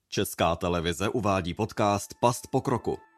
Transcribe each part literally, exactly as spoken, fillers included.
Česká televize uvádí podcast Past pokroku.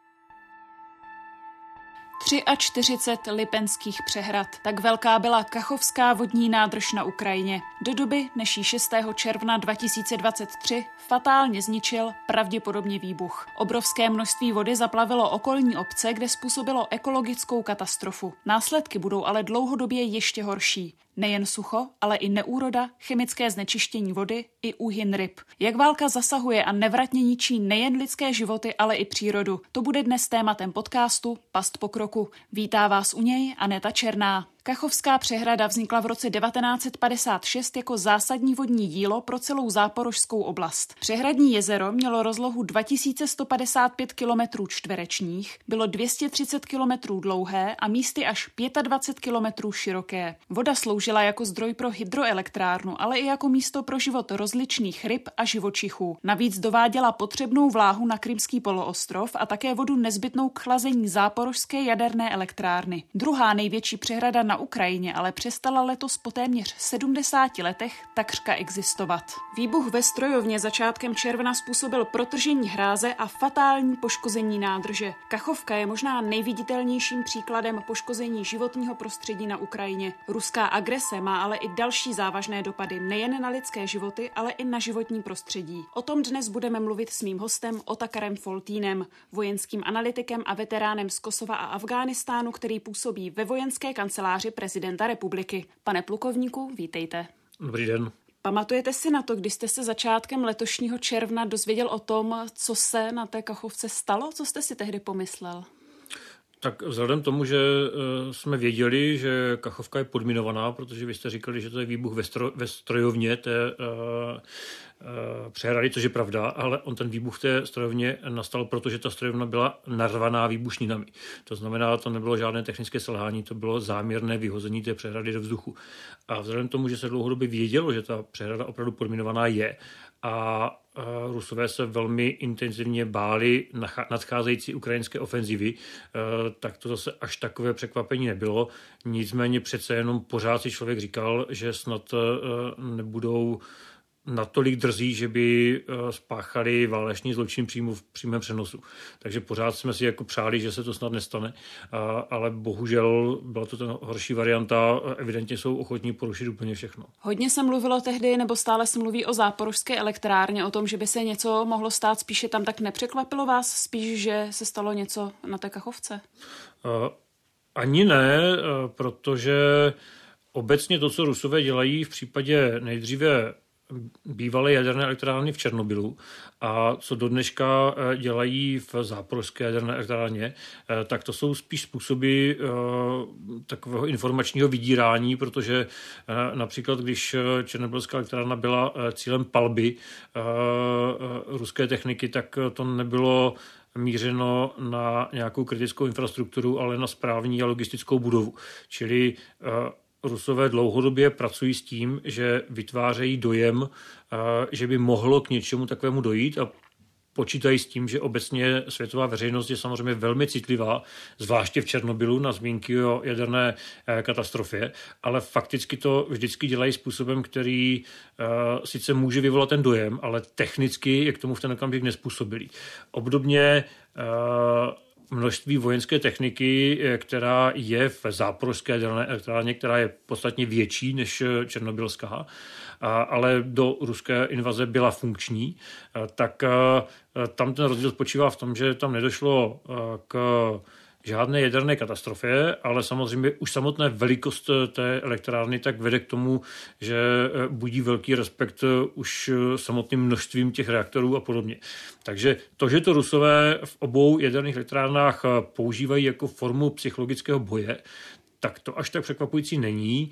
čtyřicet tři lipenských přehrad. Tak velká byla Kachovská vodní nádrž na Ukrajině. Do doby, než ji šestého června dva tisíce dvacet tři fatálně zničil pravděpodobně výbuch. Obrovské množství vody zaplavilo okolní obce, kde způsobilo ekologickou katastrofu. Následky budou ale dlouhodobě ještě horší. Nejen sucho, ale i neúroda, chemické znečištění vody i úhyn ryb. Jak válka zasahuje a nevratně ničí nejen lidské životy, ale i přírodu. To bude dnes tématem podcastu Past pokroku. Vítá vás u něj Aneta Černá. Kachovská přehrada vznikla v roce devatenáct set padesát šest jako zásadní vodní dílo pro celou záporožskou oblast. Přehradní jezero mělo rozlohu dva tisíce sto padesát pět kilometrů čtverečních, bylo dvě stě třicet kilometrů dlouhé a místy až dvacet pět kilometrů široké. Voda sloužila jako zdroj pro hydroelektrárnu, ale i jako místo pro život rozličných ryb a živočichů. Navíc dováděla potřebnou vláhu na Krymský poloostrov a také vodu nezbytnou k chlazení záporožské jaderné elektrárny. Druhá největší přehrada na Ukrajině ale přestala letos po téměř sedmdesáti letech takřka existovat. Výbuch ve strojovně začátkem června způsobil protržení hráze a fatální poškození nádrže. Kachovka je možná nejviditelnějším příkladem poškození životního prostředí na Ukrajině. Ruská agrese má ale i další závažné dopady nejen na lidské životy, ale i na životní prostředí. O tom dnes budeme mluvit s mým hostem Otakarem Foltýnem, vojenským analytikem a veteránem z Kosova a Afghánistánu, který působí ve vojenské kanceláři prezidenta republiky. Pane plukovníku, vítejte. Dobrý den. Pamatujete si na to, když jste se začátkem letošního června dozvěděl o tom, co se na té Kachovce stalo? Co jste si tehdy pomyslel? Tak vzhledem k tomu, že jsme věděli, že Kachovka je podminovaná, protože vy jste říkali, že to je výbuch ve, stro, ve strojovně té uh, uh, přehrady, což je pravda, ale on ten výbuch v té strojovně nastal, protože ta strojovna byla narvaná výbušninami. To znamená, to nebylo žádné technické selhání, to bylo záměrné vyhození té přehrady do vzduchu. A vzhledem k tomu, že se dlouhodobě vědělo, že ta přehrada opravdu podminovaná je, a Rusové se velmi intenzivně báli nadcházející ukrajinské ofenzivy, tak to zase až takové překvapení nebylo. Nicméně přece jenom pořád si člověk říkal, že snad nebudou natolik drzí, že by spáchali válečný zločin přímo v přímém přenosu. Takže pořád jsme si jako přáli, že se to snad nestane, ale bohužel byla to ten horší varianta, evidentně jsou ochotní porušit úplně všechno. Hodně se mluvilo tehdy, nebo stále se mluví o záporožské elektrárně, o tom, že by se něco mohlo stát spíše tam, tak nepřekvapilo vás spíš, že se stalo něco na té Kachovce? Ani ne, protože obecně to, co Rusové dělají v případě nejdříve bývalé jaderné elektrárny v Černobylu a co do dneška dělají v záporožské jaderné elektrárně, tak to jsou spíš způsoby takového informačního vydírání, protože například, když černobylská elektrárna byla cílem palby ruské techniky, tak to nebylo mířeno na nějakou kritickou infrastrukturu, ale na správní a logistickou budovu. Čili Rusové dlouhodobě pracují s tím, že vytvářejí dojem, že by mohlo k něčemu takovému dojít a počítají s tím, že obecně světová veřejnost je samozřejmě velmi citlivá, zvláště v Černobylu na zmínky o jaderné katastrofě, ale fakticky to vždycky dělají způsobem, který sice může vyvolat ten dojem, ale technicky je k tomu v ten okamžik nezpůsobilý. Obdobně množství vojenské techniky, která je v záporožské jaderné elektrárně, která je podstatně větší než černobylská, ale do ruské invaze byla funkční, tak tam ten rozdíl spočívá v tom, že tam nedošlo k žádné jaderné katastrofě, ale samozřejmě už samotné velikost té elektrárny tak vede k tomu, že budí velký respekt už samotným množstvím těch reaktorů a podobně. Takže to, že to Rusové v obou jaderných elektrárnách používají jako formu psychologického boje, tak to až tak překvapující není.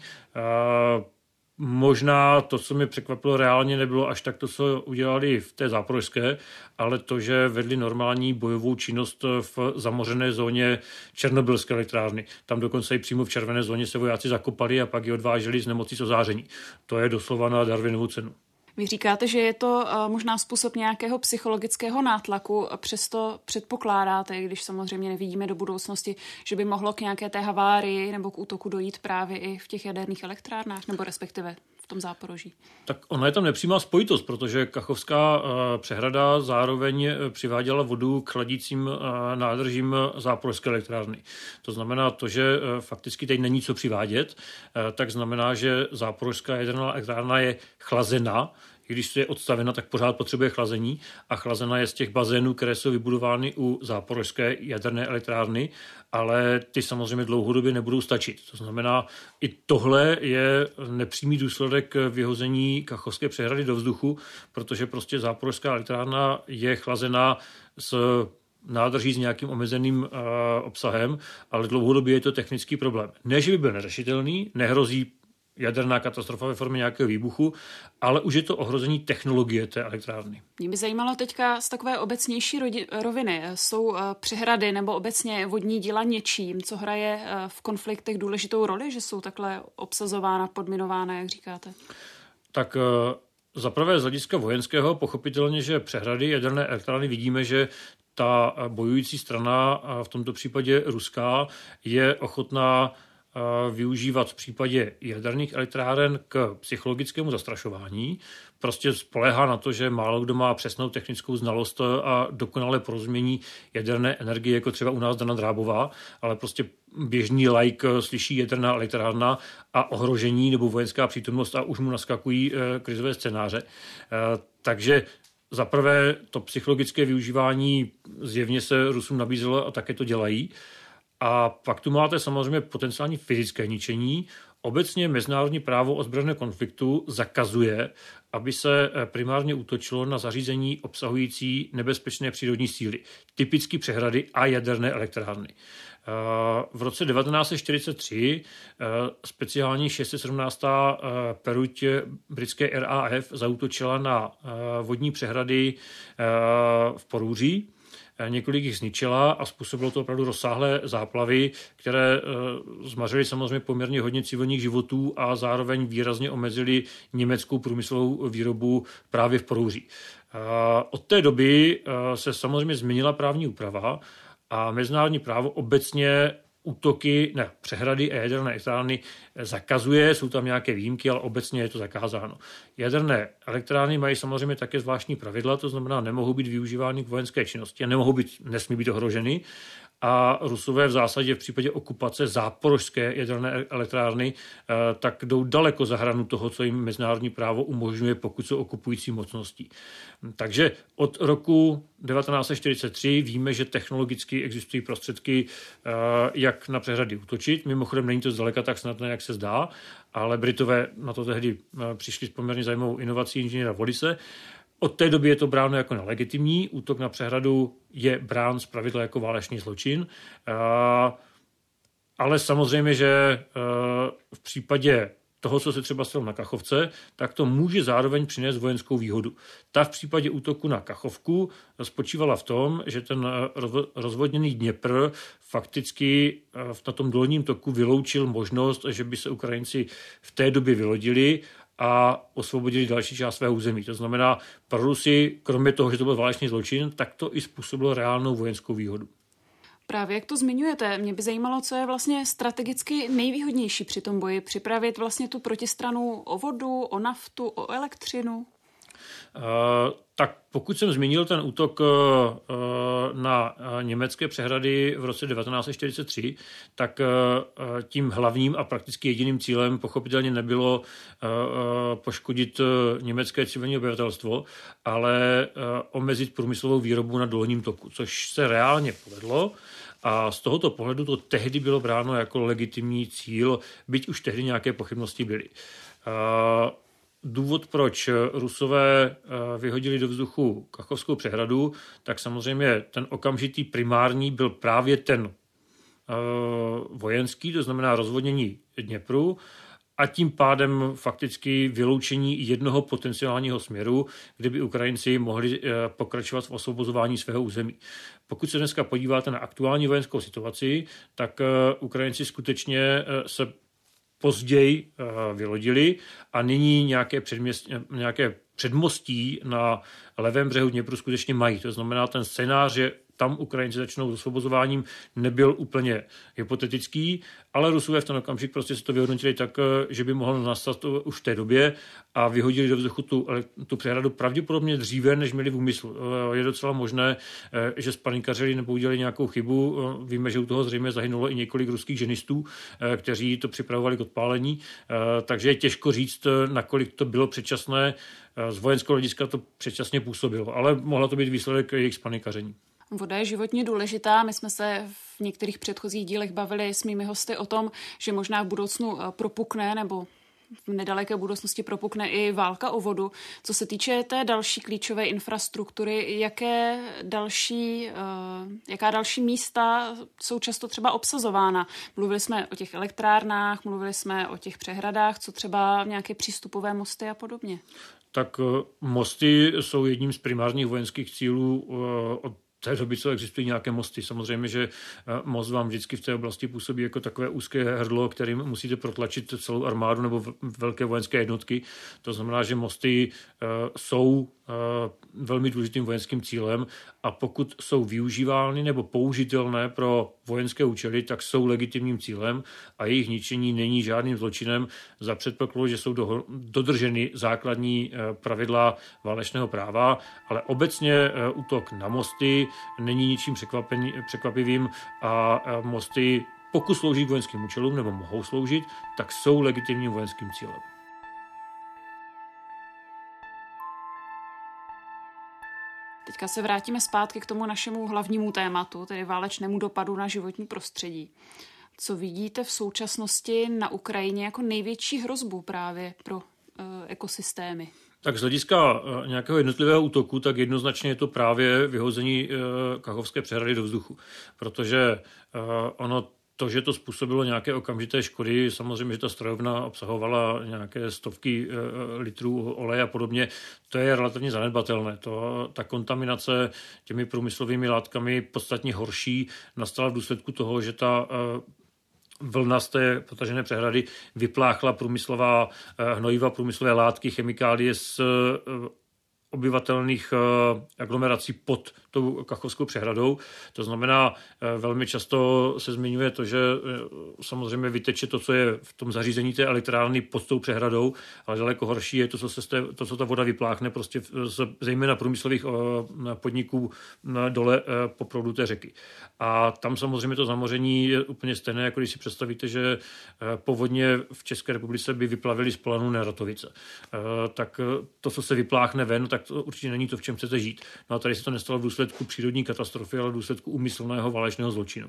Možná to, co mě překvapilo reálně, nebylo až tak to, co udělali v té záporožské, ale to, že vedli normální bojovou činnost v zamořené zóně černobylské elektrárny. Tam dokonce i přímo v červené zóně se vojáci zakopali a pak ji odváželi z nemocnic ozáření. To je doslova na Darwinovu cenu. Vy říkáte, že je to možná způsob nějakého psychologického nátlaku, a přesto předpokládáte, když samozřejmě nevidíme do budoucnosti, že by mohlo k nějaké té havárii nebo k útoku dojít právě i v těch jaderných elektrárnách, nebo respektive v tom Záporoží? Tak ona je tam nepřímá spojitost, protože Kachovská přehrada zároveň přiváděla vodu k chladícím nádržím Záporožské elektrárny. To znamená to, že fakticky teď není co přivádět, tak znamená, že Záporožská jaderná elektrárna je chlazena. I když je odstavena, tak pořád potřebuje chlazení a chlazena je z těch bazénů, které jsou vybudovány u Záporožské jaderné elektrárny, ale ty samozřejmě dlouhodobě nebudou stačit. To znamená, i tohle je nepřímý důsledek vyhození Kachovské přehrady do vzduchu, protože prostě Záporožská elektrárna je chlazená s nádrží s nějakým omezeným uh, obsahem, ale dlouhodobě je to technický problém. Ne, že by byl neřešitelný, nehrozí jaderná katastrofa ve formě nějakého výbuchu, ale už je to ohrození technologie té elektrárny. Mě by zajímalo teďka z takové obecnější roviny. Jsou přehrady nebo obecně vodní díla něčím, co hraje v konfliktech důležitou roli, že jsou takhle obsazována, podminována, jak říkáte? Tak za prvé z hlediska vojenského pochopitelně, že přehrady jaderné elektrárny vidíme, že ta bojující strana, v tomto případě ruská, je ochotná využívat v případě jaderných elektráren k psychologickému zastrašování. Prostě spoléhá na to, že málo kdo má přesnou technickou znalost a dokonalé porozumění jaderné energie, jako třeba u nás Dana Drábová, ale prostě běžný laik slyší jaderná elektrárna a ohrožení nebo vojenská přítomnost a už mu naskakují krizové scénáře. Takže za prvé to psychologické využívání zjevně se Rusům nabízelo a také to dělají. A pak tu máte samozřejmě potenciální fyzické ničení. Obecně mezinárodní právo ozbrojeného konfliktu zakazuje, aby se primárně útočilo na zařízení obsahující nebezpečné přírodní síly, typicky přehrady a jaderné elektrárny. V roce devatenáct set čtyřicet tři speciální šest set sedmnáctá peruť britské R A F zaútočila na vodní přehrady v Porúří. Několik jich zničila a způsobilo to opravdu rozsáhlé záplavy, které zmařily samozřejmě poměrně hodně civilních životů a zároveň výrazně omezily německou průmyslovou výrobu právě v Porúří. Od té doby se samozřejmě změnila právní úprava a mezinárodní právo obecně útoky na přehrady a jaderné elektrárny zakazuje, jsou tam nějaké výjimky, ale obecně je to zakázáno. Jaderné elektrárny mají samozřejmě také zvláštní pravidla, to znamená, nemohou být využívány k vojenské činnosti a nemohou být, nesmí být ohroženy. A Rusové v zásadě v případě okupace Záporožské jaderné elektrárny tak jdou daleko za hranu toho, co jim mezinárodní právo umožňuje, pokud jsou okupující mocností. Takže od roku devatenáct set čtyřicet tři víme, že technologicky existují prostředky, jak na přehrady útočit. Mimochodem není to zdaleka tak snadné, jak se zdá, ale Britové na to tehdy přišli s poměrně zajímavou inovací inženýra Wallise. Od té doby je to bráno jako nelegitimní. Útok na přehradu je brán zpravidla jako válečný zločin. Ale samozřejmě, že v případě toho, co se třeba stalo na Kachovce, tak to může zároveň přinést vojenskou výhodu. Ta v případě útoku na Kachovku spočívala v tom, že ten rozvodněný Dněpr fakticky na tom dolním toku vyloučil možnost, že by se Ukrajinci v té době vylodili a osvobodili další část svého území. To znamená, pro Rusy, kromě toho, že to byl válečný zločin, tak to i způsobilo reálnou vojenskou výhodu. Právě jak to zmiňujete, mě by zajímalo, co je vlastně strategicky nejvýhodnější při tom boji. Připravit vlastně tu protistranu o vodu, o naftu, o elektřinu? Uh, tak pokud jsem zmínil ten útok uh, na německé přehrady v roce devatenáct set čtyřicet tři, tak uh, tím hlavním a prakticky jediným cílem pochopitelně nebylo uh, poškodit uh, německé civilní obyvatelstvo, ale uh, omezit průmyslovou výrobu na dolním toku, což se reálně povedlo. A z tohoto pohledu to tehdy bylo bráno jako legitimní cíl, byť už tehdy nějaké pochybnosti byly. Uh, Důvod, proč Rusové vyhodili do vzduchu Kachovskou přehradu, tak samozřejmě ten okamžitý primární byl právě ten vojenský, to znamená rozvodnění Dněpru a tím pádem fakticky vyloučení jednoho potenciálního směru, kde by Ukrajinci mohli pokračovat v osvobozování svého území. Pokud se dneska podíváte na aktuální vojenskou situaci, tak Ukrajinci skutečně se později vylodili a nyní nějaké, předměst, nějaké předmostí na levém břehu Dněpru skutečně mají. To znamená, ten scénář je tam Ukrajinci začnou s osvobozováním, nebyl úplně hypotetický, ale Rusové v ten okamžik prostě si to vyhodnotili tak, že by mohlo nastat už v té době a vyhodili do vzduchu tu, tu přehradu pravděpodobně dříve, než měli v úmyslu. Je docela možné, že spanikařili nebo udělali nějakou chybu. Víme, že u toho zřejmě zahynulo i několik ruských ženistů, kteří to připravovali k odpálení, takže je těžko říct, nakolik to bylo předčasné. Z vojenského hlediska to předčasně působilo, ale mohla to být výsledek jejich spanikaření. Voda je životně důležitá. My jsme se v některých předchozích dílech bavili s mými hosty o tom, že možná v budoucnu propukne nebo v nedaleké budoucnosti propukne i válka o vodu. Co se týče té další klíčové infrastruktury, jaké další, jaká další místa jsou často třeba obsazována? Mluvili jsme o těch elektrárnách, mluvili jsme o těch přehradách, co třeba nějaké přístupové mosty a podobně. Tak mosty jsou jedním z primárních vojenských cílů od té doby, co existují nějaké mosty. Samozřejmě, že most vám vždycky v té oblasti působí jako takové úzké hrdlo, kterým musíte protlačit celou armádu nebo velké vojenské jednotky. To znamená, že mosty jsou velmi důležitým vojenským cílem a pokud jsou využívány nebo použitelné pro vojenské účely, tak jsou legitimním cílem a jejich ničení není žádným zločinem za předpokladu, že jsou do, dodrženy základní pravidla válečného práva, ale obecně útok na mosty není ničím překvapivým a mosty, pokud slouží vojenským účelům nebo mohou sloužit, tak jsou legitimním vojenským cílem. Teďka se vrátíme zpátky k tomu našemu hlavnímu tématu, tedy válečnému dopadu na životní prostředí. Co vidíte v současnosti na Ukrajině jako největší hrozbu právě pro uh, ekosystémy? Tak z hlediska nějakého jednotlivého útoku, tak jednoznačně je to právě vyhození Kachovské přehrady do vzduchu. Protože ono to, že to způsobilo nějaké okamžité škody, samozřejmě, že ta strojovna obsahovala nějaké stovky litrů oleje a podobně, to je relativně zanedbatelné. To, ta kontaminace těmi průmyslovými látkami podstatně horší nastala v důsledku toho, že ta vlna z té potažené přehrady vypláchla průmyslová hnojiva, průmyslové látky, chemikálie z obyvatelných aglomerací pod tou Kachovskou přehradou. To znamená, velmi často se zmiňuje to, že samozřejmě vyteče to, co je v tom zařízení té elektrárny pod tou přehradou, ale daleko horší je to, co, se z té, to, co ta voda vypláchne prostě z, zejména průmyslových podniků dole po proudu té řeky. A tam samozřejmě to zamoření je úplně stejné, jako když si představíte, že povodně v České republice by vyplavili z planu Neratovice. Tak to, co se vypláchne ven, tak to určitě není to, v čem chcete žít. No a tady se to nestalo v důsledku přírodní katastrofy, ale v důsledku úmyslného válečného zločinu.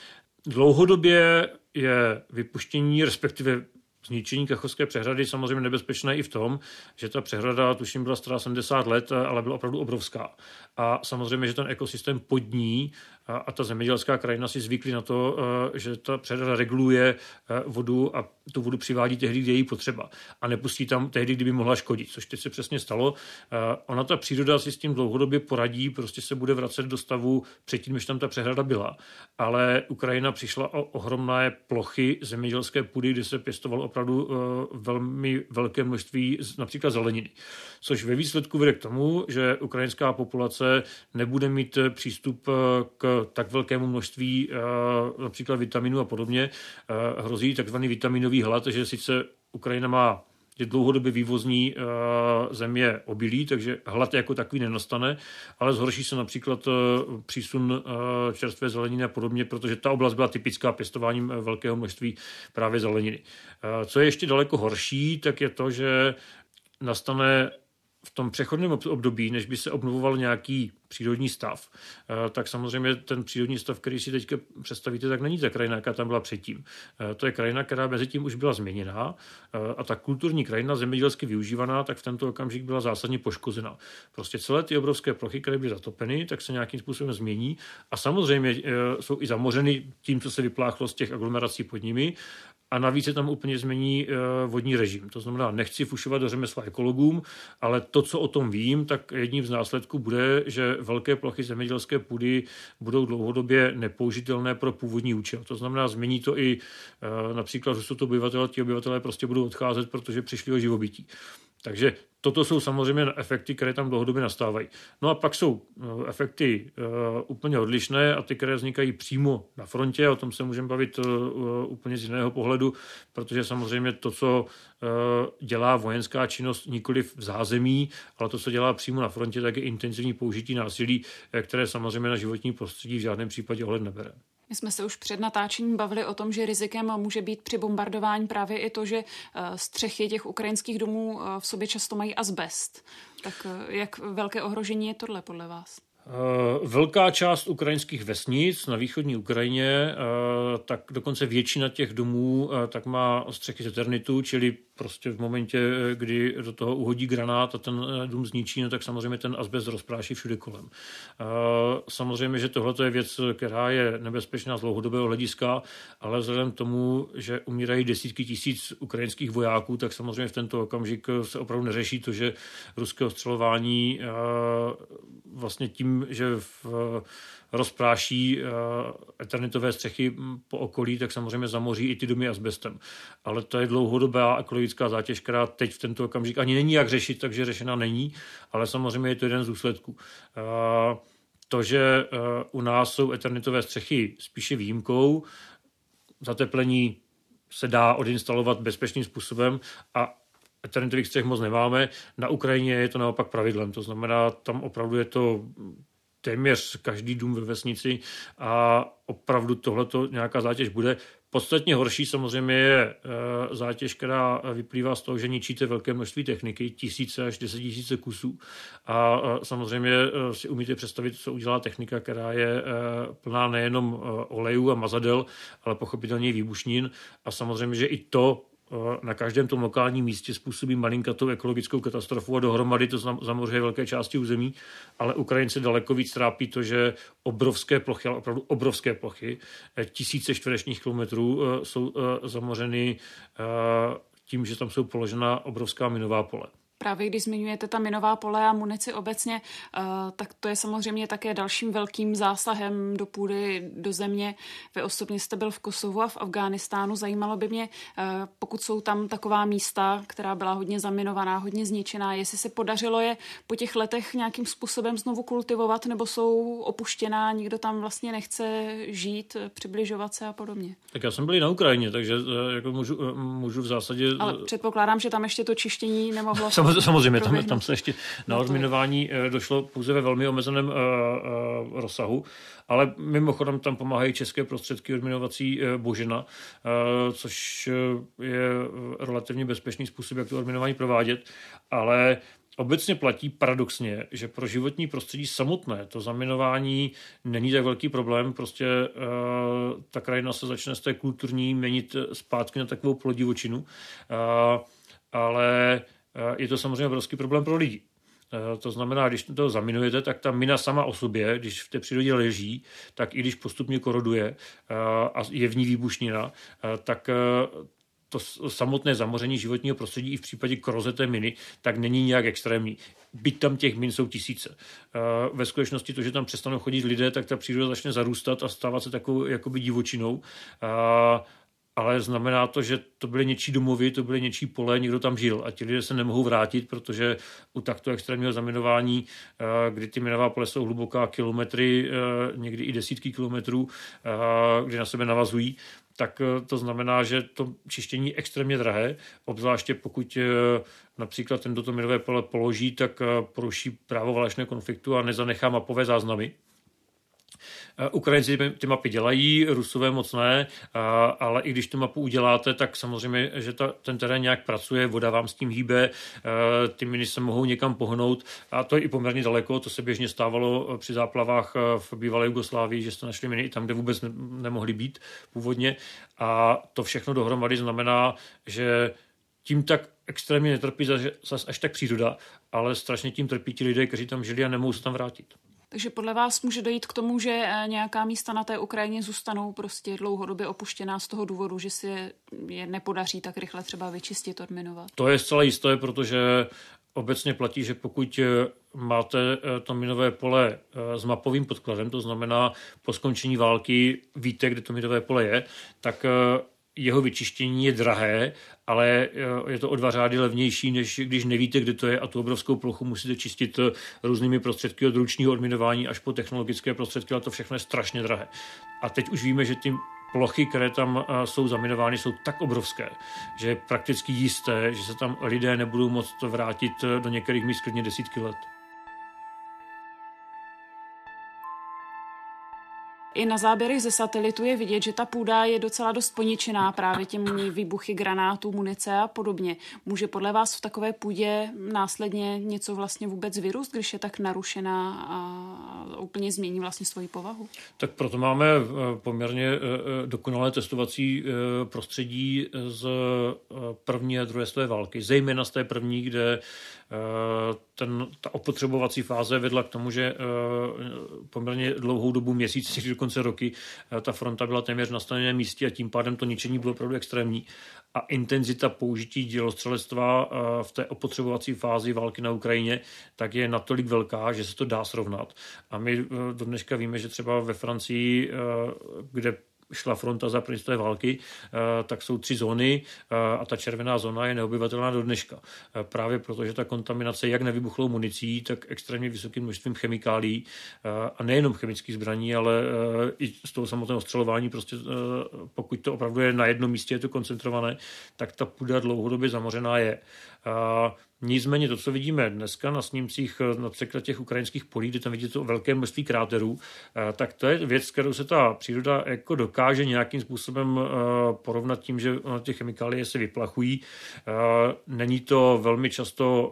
Dlouhodobě je vypuštění, respektive zničení Kachovské přehrady samozřejmě nebezpečné i v tom, že ta přehrada, tuším, byla stará sedmdesát let, ale byla opravdu obrovská. A samozřejmě, že ten ekosystém pod ní a, a ta zemědělská krajina si zvykli na to, že ta přehrada reguluje vodu a tu vodu přivádí tehdy, kdy je jí potřeba. A nepustí tam tehdy, kdyby mohla škodit, což teď se přesně stalo. Ona ta příroda si s tím dlouhodobě poradí, prostě se bude vracet do stavu předtím, než tam ta přehrada byla. Ale Ukrajina přišla o ohromné plochy zemědělské půdy, kde se pěstovalo opravdu velmi velké množství například zeleniny. Což ve výsledku vede k tomu, že ukrajinská populace nebude mít přístup k tak velkému množství například vitaminů a podobně. Hrozí takzvaný vitaminový hlad, že sice Ukrajina má je dlouhodobě vývozní země obilí, takže hlad jako takový nenastane, ale zhorší se například přísun čerstvé zeleniny a podobně, protože ta oblast byla typická pěstováním velkého množství právě zeleniny. Co je ještě daleko horší, tak je to, že nastane v tom přechodném období, než by se obnovoval nějaký přírodní stav, tak samozřejmě ten přírodní stav, který si teďka představíte, tak není ta krajina, jaká tam byla předtím. To je krajina, která mezi tím už byla změněná a ta kulturní krajina zemědělsky využívaná, tak v tento okamžik byla zásadně poškozena. Prostě celé ty obrovské plochy, které byly zatopeny, tak se nějakým způsobem změní a samozřejmě jsou i zamořeny tím, co se vypláchlo z těch aglomerací pod nimi. A navíc se tam úplně změní vodní režim. To znamená, nechci fušovat do řemesla ekologům, ale to, co o tom vím, tak jedním z následků bude, že velké plochy zemědělské půdy budou dlouhodobě nepoužitelné pro původní účel. To znamená, změní to i například, že jsou to obyvatelé, ti obyvatelé prostě budou odcházet, protože přišli o živobytí. Takže toto jsou samozřejmě efekty, které tam dlouhodobě nastávají. No a pak jsou efekty uh, úplně odlišné a ty, které vznikají přímo na frontě, o tom se můžeme bavit uh, úplně z jiného pohledu, protože samozřejmě to, co uh, dělá vojenská činnost nikoliv v zázemí, ale to, co dělá přímo na frontě, tak je intenzivní použití násilí, které samozřejmě na životní prostředí v žádném případě ohled nebere. My jsme se už před natáčením bavili o tom, že rizikem může být při bombardování právě i to, že střechy těch ukrajinských domů v sobě často mají azbest. Tak jak velké ohrožení je tohle podle vás? Velká část ukrajinských vesnic na východní Ukrajině, tak dokonce většina těch domů tak má střechy z eternitu, čili prostě v momentě, kdy do toho uhodí granát a ten dům zničí, no tak samozřejmě ten azbest rozpráší všude kolem. Samozřejmě, že tohle je věc, která je nebezpečná z dlouhodobého hlediska, ale vzhledem k tomu, že umírají desítky tisíc ukrajinských vojáků, tak samozřejmě v tento okamžik se opravdu neřeší to, že ruské ostřelování vlastně tím, že v rozpráší eternitové střechy po okolí, tak samozřejmě zamoří i ty domy azbestem. Ale to je dlouhodobá ekologická zátěž, která teď v tento okamžik ani není jak řešit, takže řešena není, ale samozřejmě je to jeden z důsledků. To, že u nás jsou eternitové střechy spíše výjimkou, zateplení se dá odinstalovat bezpečným způsobem a eternitových střech moc nemáme. Na Ukrajině je to naopak pravidlem, to znamená, tam opravdu je to téměř každý dům ve vesnici a opravdu tohleto nějaká zátěž bude. Podstatně horší samozřejmě je zátěž, která vyplývá z toho, že ničíte velké množství techniky, tisíce až desetitisíce kusů. A samozřejmě si umíte představit, co udělá technika, která je plná nejenom olejů a mazadel, ale pochopitelně i výbušnin. A samozřejmě, že i to na každém tom lokálním místě způsobí malinkatou ekologickou katastrofu a dohromady to zamořuje velké části území, ale Ukrajince daleko víc trápí to, že obrovské plochy, ale opravdu obrovské plochy, tisíce čtverečních kilometrů jsou zamořeny tím, že tam jsou položena obrovská minová pole. Právě když zmiňujete ta minová pole a munici obecně, tak to je samozřejmě také dalším velkým zásahem do půdy, do země. Vy osobně jste byl v Kosovu a v Afghánistánu. Zajímalo by mě, pokud jsou tam taková místa, která byla hodně zaminovaná, hodně zničená, jestli se podařilo je po těch letech nějakým způsobem znovu kultivovat, nebo jsou opuštěná, nikdo tam vlastně nechce žít, přibližovat se a podobně. Tak já jsem byl na Ukrajině, takže jako můžu, můžu v zásadě... Ale předpokládám, že tam ještě to čištění nemohlo... Samozřejmě, tam, tam se ještě na odminování došlo pouze ve velmi omezeném uh, uh, rozsahu, ale mimochodem tam pomáhají české prostředky odminovací uh, Božena, uh, což je relativně bezpečný způsob, jak to odminování provádět, ale obecně platí paradoxně, že pro životní prostředí samotné to zaminování není tak velký problém, prostě uh, ta krajina se začne z té kulturní měnit zpátky na takovou plodivočinu, uh, ale je to samozřejmě obrovský problém pro lidi. To znamená, když to zaminujete, tak ta mina sama o sobě, když v té přírodě leží, tak i když postupně koroduje a je v ní výbušnina, tak to samotné zamoření životního prostředí i v případě koroze té miny, tak není nějak extrémní. Byť tam těch min jsou tisíce. Ve skutečnosti to, že tam přestanou chodit lidé, tak ta příroda začne zarůstat a stávat se takovou jakoby divočinou. Ale znamená to, že to byly něčí domovy, to byly něčí pole, někdo tam žil a ti lidé se nemohou vrátit, protože u takto extrémního zaminování, kdy ty minová pole jsou hluboká kilometry, někdy i desítky kilometrů, kdy na sebe navazují, tak to znamená, že to čištění je extrémně drahé, obzvláště pokud například ten, kdo to minové pole položí, tak poruší právo válečného konfliktu a nezanechá mapové záznamy. Ukrajinci ty mapy dělají, Rusové moc ne, ale i když tu mapu uděláte, tak samozřejmě, že ta, ten terén nějak pracuje, voda vám s tím hýbe, ty miny se mohou někam pohnout a to je i poměrně daleko, to se běžně stávalo při záplavách v bývalé Jugoslávii, že jste našli miny i tam, kde vůbec ne, nemohly být původně a to všechno dohromady znamená, že tím tak extrémně netrpí zase až tak příroda, ale strašně tím trpí ti lidé, kteří tam žili a nemohou se tam vrátit. Takže podle vás může dojít k tomu, že nějaká místa na té Ukrajině zůstanou prostě dlouhodobě opuštěná z toho důvodu, že si je nepodaří tak rychle třeba vyčistit, odminovat? To je zcela jisté, protože obecně platí, že pokud máte to minové pole s mapovým podkladem, to znamená po skončení války víte, kde to minové pole je, tak jeho vyčištění je drahé, ale je to o dva řády levnější, než když nevíte, kde to je a tu obrovskou plochu musíte čistit různými prostředky od ručního odminování až po technologické prostředky, ale to všechno je strašně drahé. A teď už víme, že ty plochy, které tam jsou zaminovány, jsou tak obrovské, že je prakticky jisté, že se tam lidé nebudou moct vrátit do některých míst klidně desítky let. I na záběrech ze satelitu je vidět, že ta půda je docela dost poničená právě těmi výbuchy granátů, munice a podobně. Může podle vás v takové půdě následně něco vlastně vůbec vyrůst, když je tak narušená a úplně změní vlastně svoji povahu? Tak proto máme poměrně dokonalé testovací prostředí z první a druhé světové války. Zejména z té první, kde ten, ta opotřebovací fáze vedla k tomu, že poměrně dlouhou dobu, měsíc, dokonce roky, ta fronta byla téměř na stejném místě a tím pádem to ničení bylo opravdu extrémní. A intenzita použití dělostřelectva v té opotřebovací fázi války na Ukrajině tak je natolik velká, že se to dá srovnat. A my do dneška víme, že třeba ve Francii, kde šla fronta za první světové války, tak jsou tři zóny a ta červená zóna je neobyvatelná do dneška. Právě protože ta kontaminace jak nevybuchlou municí, tak extrémně vysokým množstvím chemikálií a nejenom chemických zbraní, ale i z toho samotného střelování, prostě pokud to opravdu je na jednom místě, je to koncentrované, tak ta půda dlouhodobě zamořená je. Nicméně to, co vidíme dneska na snímcích například těch ukrajinských polí, kde tam vidíte to velké množství kráterů, tak to je věc, kterou se ta příroda jako dokáže nějakým způsobem porovnat tím, že ty chemikálie se vyplachují. Není to velmi často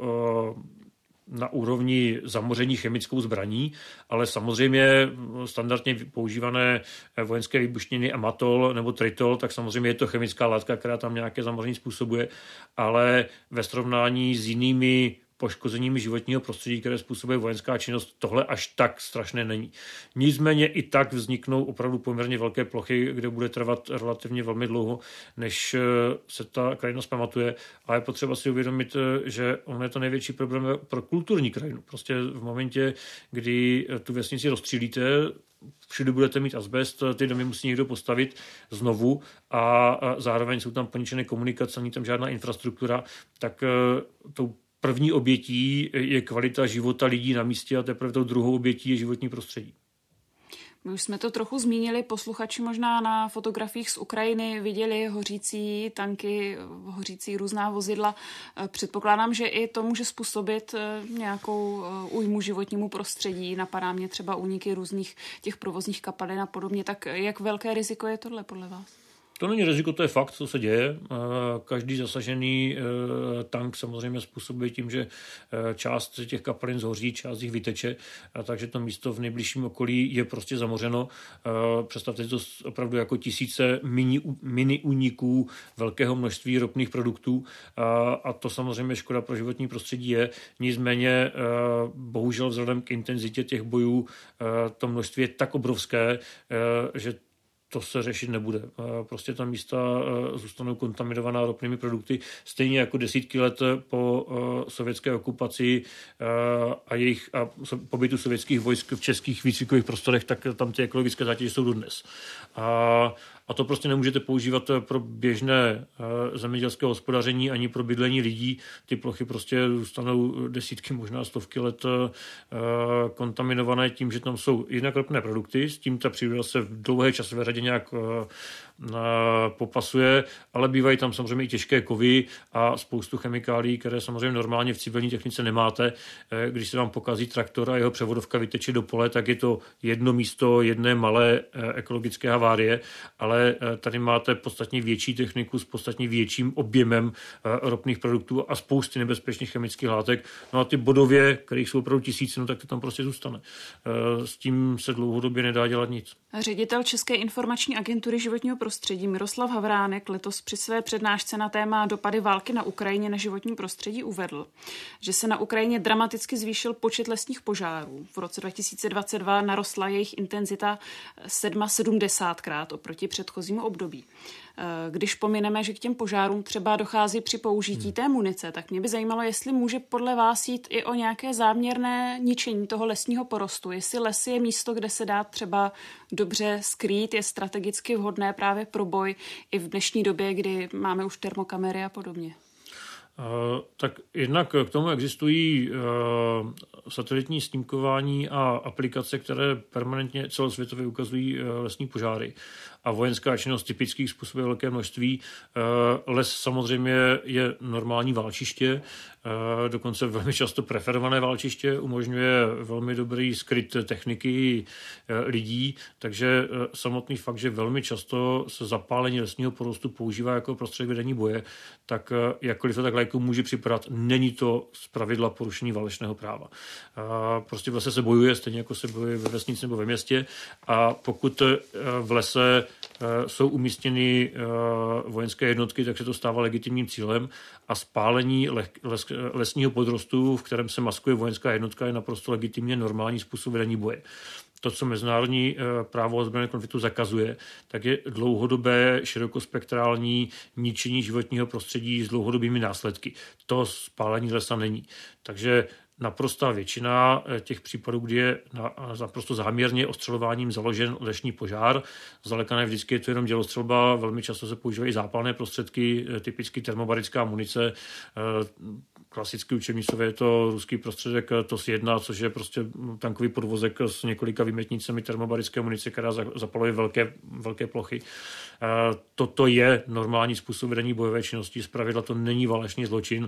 na úrovni zamoření chemickou zbraní, ale samozřejmě standardně používané vojenské výbušniny amatol nebo tritol, tak samozřejmě je to chemická látka, která tam nějaké zamoření způsobuje, ale ve srovnání s jinými poškozeními životního prostředí, které způsobuje vojenská činnost, tohle až tak strašné není. Nicméně i tak vzniknou opravdu poměrně velké plochy, kde bude trvat relativně velmi dlouho, než se ta krajina zpamatuje. A je potřeba si uvědomit, že on je to největší problém pro kulturní krajinu. Prostě v momentě, kdy tu vesnici rozstřílíte, všude budete mít azbest, ty domy musí někdo postavit znovu a zároveň jsou tam poničené komunikace, není tam žádná infrastruktura, tak tou první obětí je kvalita života lidí na místě a teprve tou druhou obětí je životní prostředí. My už jsme to trochu zmínili, posluchači možná na fotografiích z Ukrajiny viděli hořící tanky, hořící různá vozidla. Předpokládám, že i to může způsobit nějakou újmu životnímu prostředí. Napadá mě třeba úniky různých těch provozních kapalin a podobně. Tak jak velké riziko je tohle podle vás? To není riziko, to je fakt, co se děje. Každý zasažený tank samozřejmě způsobuje tím, že část těch kapalin zhoří, část jich vyteče, takže to místo v nejbližším okolí je prostě zamořeno. Představte si to opravdu jako tisíce mini, mini úniků velkého množství ropných produktů a to samozřejmě škoda pro životní prostředí je. Nicméně bohužel vzhledem k intenzitě těch bojů to množství je tak obrovské, že to se řešit nebude. Prostě ta místa zůstanou kontaminovaná ropnými produkty, stejně jako desítky let po sovětské okupaci a jejich a pobytu sovětských vojsk v českých výcvikových prostorech, tak tam ty ekologické zátěže jsou dodnes. A A to prostě nemůžete používat pro běžné zemědělské hospodaření ani pro bydlení lidí. Ty plochy prostě zůstanou desítky, možná stovky let kontaminované tím, že tam jsou jinak ropné produkty. S tím ta příroda se v dlouhé časové řadě nějak popasuje, ale bývají tam samozřejmě i těžké kovy a spoustu chemikálií, které samozřejmě normálně v civilní technice nemáte. Když se vám pokazí traktor a jeho převodovka vyteče do pole, tak je to jedno místo jedné malé ekologické havárie, ale tady máte podstatně větší techniku s podstatně větším objemem ropných produktů a spousty nebezpečných chemických látek. No a ty bodově, kterých jsou opravdu tisíce, no tak to tam prostě zůstane. S tím se dlouhodobě nedá dělat nic. Ředitel České informační agentury životního prostředí Miroslav Havránek letos při své přednášce na téma dopady války na Ukrajině na životní prostředí uvedl, že se na Ukrajině dramaticky zvýšil počet lesních požárů. V roce dva tisíce dvacet dva narostla jejich intenzita sedmdesátkrát oproti předchozímu období. Když pomineme, že k těm požárům třeba dochází při použití té munice, tak mě by zajímalo, jestli může podle vás jít i o nějaké záměrné ničení toho lesního porostu. Jestli les je místo, kde se dá třeba dobře skrýt, je strategicky vhodné právě pro boj i v dnešní době, kdy máme už termokamery a podobně. Uh, tak jednak k tomu existují uh, satelitní snímkování a aplikace, které permanentně celosvětově ukazují uh, lesní požáry. A vojenská činnost typických způsobuje velké množství. Uh, les samozřejmě je normální válčiště, uh, dokonce velmi často preferované válčiště, umožňuje velmi dobrý skryt techniky uh, lidí, takže uh, samotný fakt, že velmi často se zapálení lesního porostu používá jako prostředek vedení boje, tak uh, jakkoliv to tak lajku může připadat, není to zpravidla porušení válečného práva. Uh, prostě v lese se bojuje, stejně jako se bojuje ve vesnici nebo ve městě, a pokud uh, v lese jsou umístěny vojenské jednotky, tak se to stává legitimním cílem a spálení les, lesního podrostu, v kterém se maskuje vojenská jednotka, je naprosto legitimně normální způsob vedení boje. To, co mezinárodní právo ozbrojeného konfliktu zakazuje, tak je dlouhodobé širokospektrální ničení životního prostředí s dlouhodobými následky. To spálení lesa není. Takže naprostá většina těch případů, kdy je naprosto záměrně ostřelováním založen lesní požár. Zdaleka ne vždycky je to jenom dělostřelba, velmi často se používají zápalné prostředky, typicky termobarická munice. Klasicky učebnicově je to ruský prostředek T O S jedna, což je prostě tankový podvozek s několika vymetnicemi termobarické munice, která zapaluje velké, velké plochy. Toto je normální způsob vedení bojové činnosti, zpravidla to není válečný zločin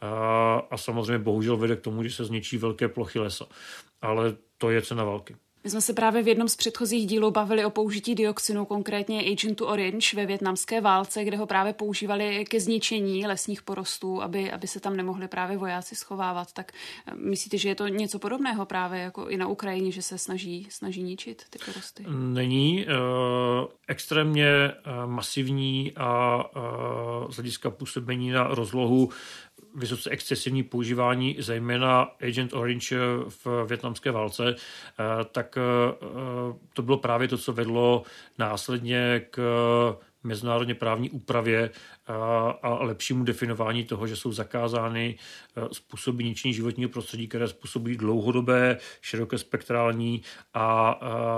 a samozřejmě bohužel vede k tomu, že se zničí velké plochy lesa. Ale to je cena války. My jsme se právě v jednom z předchozích dílů bavili o použití dioxinu, konkrétně Agentu Orange ve vietnamské válce, kde ho právě používali ke zničení lesních porostů, aby, aby se tam nemohli právě vojáci schovávat. Tak myslíte, že je to něco podobného právě jako i na Ukrajině, že se snaží, snaží ničit ty porosty? Není. Uh, extrémně uh, masivní a uh, z hlediska působení na rozlohu vysoce excesivní používání, zejména Agent Orange v vietnamské válce, tak to bylo právě to, co vedlo následně k mezinárodně právní úpravě a lepšímu definování toho, že jsou zakázány způsoby ničení životního prostředí, které způsobují dlouhodobé, širokospektrální a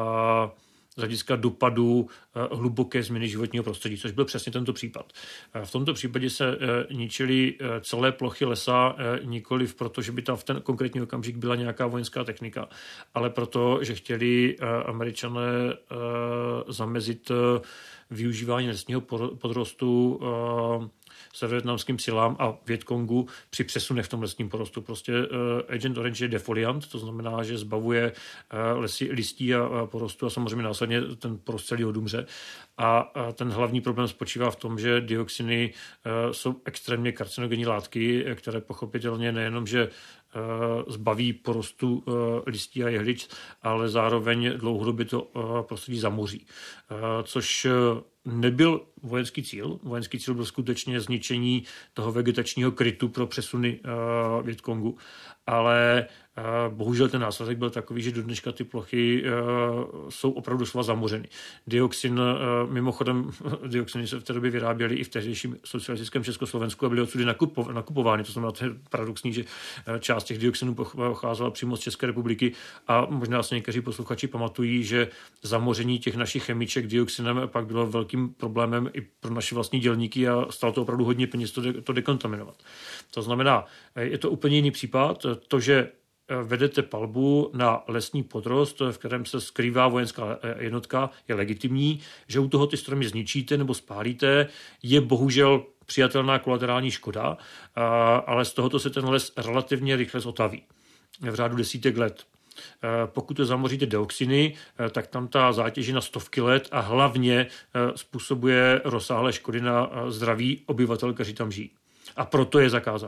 z hlediska dopadu hluboké změny životního prostředí, což byl přesně tento případ. V tomto případě se ničily celé plochy lesa, nikoliv proto, že by tam v ten konkrétní okamžik byla nějaká vojenská technika, ale proto, že chtěli Američané zamezit využívání lesního podrostu severovietnamským silám a Vietkongu při přesunech v tom lesním porostu. Prostě uh, Agent Orange je defoliant, to znamená, že zbavuje uh, lesy, listí a, a porostu a samozřejmě následně ten porost celý odumře. A, a ten hlavní problém spočívá v tom, že dioxiny uh, jsou extrémně karcinogenní látky, které pochopitelně nejenom, že zbaví porostu listí a jehlic, ale zároveň dlouhodobě to prostředí zamoří. Což nebyl vojenský cíl. Vojenský cíl byl skutečně zničení toho vegetačního krytu pro přesuny Vietkongu, ale bohužel ten následek byl takový, že do dneška ty plochy jsou opravdu slova zamořeny. Dioxin, mimochodem, dioxiny se v té době vyráběly i v tehdejším socialistickém Československu a byly odsud nakupovány. To znamená, to je paradoxní, že část těch dioxinů pocházela přímo z České republiky a možná se někteří posluchači pamatují, že zamoření těch našich chemiček dioxinem pak bylo velkým problémem i pro naše vlastní dělníky a stalo to opravdu hodně peněz to, de- to dekontaminovat. To znamená, je to úplně jiný případ. To, že vedete palbu na lesní podrost, v kterém se skrývá vojenská jednotka, je legitimní, že u toho ty stromy zničíte nebo spálíte, je bohužel přijatelná kolaterální škoda, ale z tohoto se ten les relativně rychle zotaví. V řádu desítek let. Pokud to zamoříte dioxiny, tak tam ta zátěž je na stovky let a hlavně způsobuje rozsáhlé škody na zdraví obyvatel, kteří tam žijí. A proto je zakázáno.